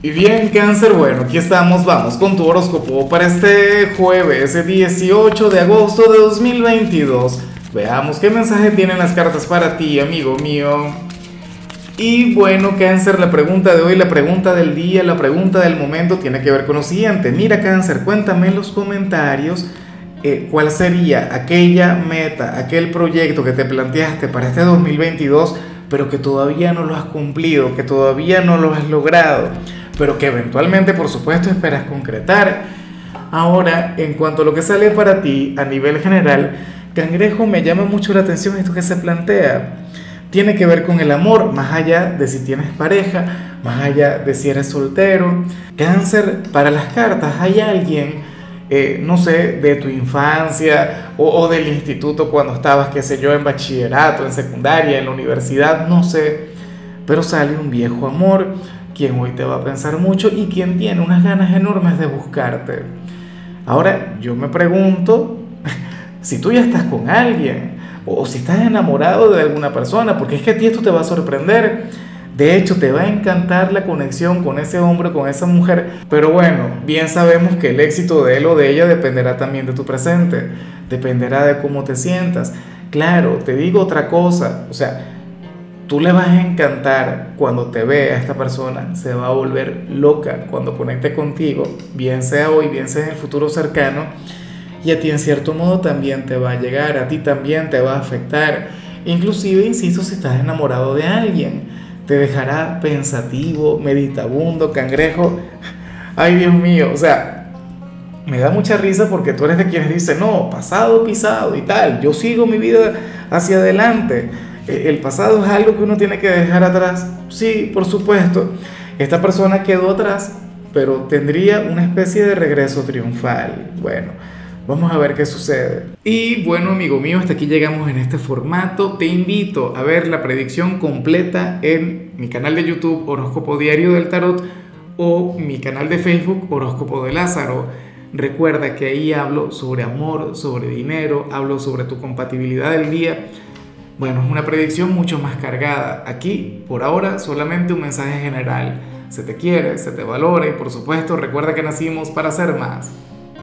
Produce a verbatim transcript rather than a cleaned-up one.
Y bien, Cáncer, bueno, aquí estamos, vamos con tu horóscopo para este jueves dieciocho de agosto de dos mil veintidós. Veamos qué mensaje tienen las cartas para ti, amigo mío. Y bueno, Cáncer, la pregunta de hoy, la pregunta del día, la pregunta del momento tiene que ver con lo siguiente. Mira, Cáncer, cuéntame en los comentarios eh, cuál sería aquella meta, aquel proyecto que te planteaste para este dos mil veintidós, pero que todavía no lo has cumplido, que todavía no lo has logrado, pero que eventualmente, por supuesto, esperas concretar. Ahora, en cuanto a lo que sale para ti a nivel general, Cangrejo, me llama mucho la atención esto que se plantea. Tiene que ver con el amor, más allá de si tienes pareja, más allá de si eres soltero. Cáncer, para las cartas hay alguien, eh, no sé, de tu infancia o, o del instituto cuando estabas, qué sé yo, en bachillerato, en secundaria, en la universidad, no sé, pero sale un viejo amor quien hoy te va a pensar mucho y quien tiene unas ganas enormes de buscarte. Ahora, yo me pregunto si tú ya estás con alguien o si estás enamorado de alguna persona, porque es que a ti esto te va a sorprender. De hecho, te va a encantar la conexión con ese hombre, con esa mujer, pero bueno, bien sabemos que el éxito de él o de ella dependerá también de tu presente, dependerá de cómo te sientas. Claro, te digo otra cosa, o sea, tú le vas a encantar cuando te vea esta persona, se va a volver loca cuando conecte contigo, bien sea hoy, bien sea en el futuro cercano, y a ti en cierto modo también te va a llegar, a ti también te va a afectar. Inclusive, insisto, si estás enamorado de alguien, te dejará pensativo, meditabundo, Cangrejo. Ay, Dios mío, o sea, me da mucha risa porque tú eres de quienes dicen, no, pasado pisado y tal, yo sigo mi vida hacia adelante. El pasado es algo que uno tiene que dejar atrás. Sí, por supuesto. Esta persona quedó atrás, pero tendría una especie de regreso triunfal. Bueno, vamos a ver qué sucede. Y bueno, amigo mío, hasta aquí llegamos en este formato. Te invito a ver la predicción completa en mi canal de YouTube Horóscopo Diario del Tarot o mi canal de Facebook Horóscopo de Lázaro. Recuerda que ahí hablo sobre amor, sobre dinero, hablo sobre tu compatibilidad del día. Bueno, es una predicción mucho más cargada. Aquí, por ahora, solamente un mensaje general. Se te quiere, se te valora y por supuesto recuerda que nacimos para ser más.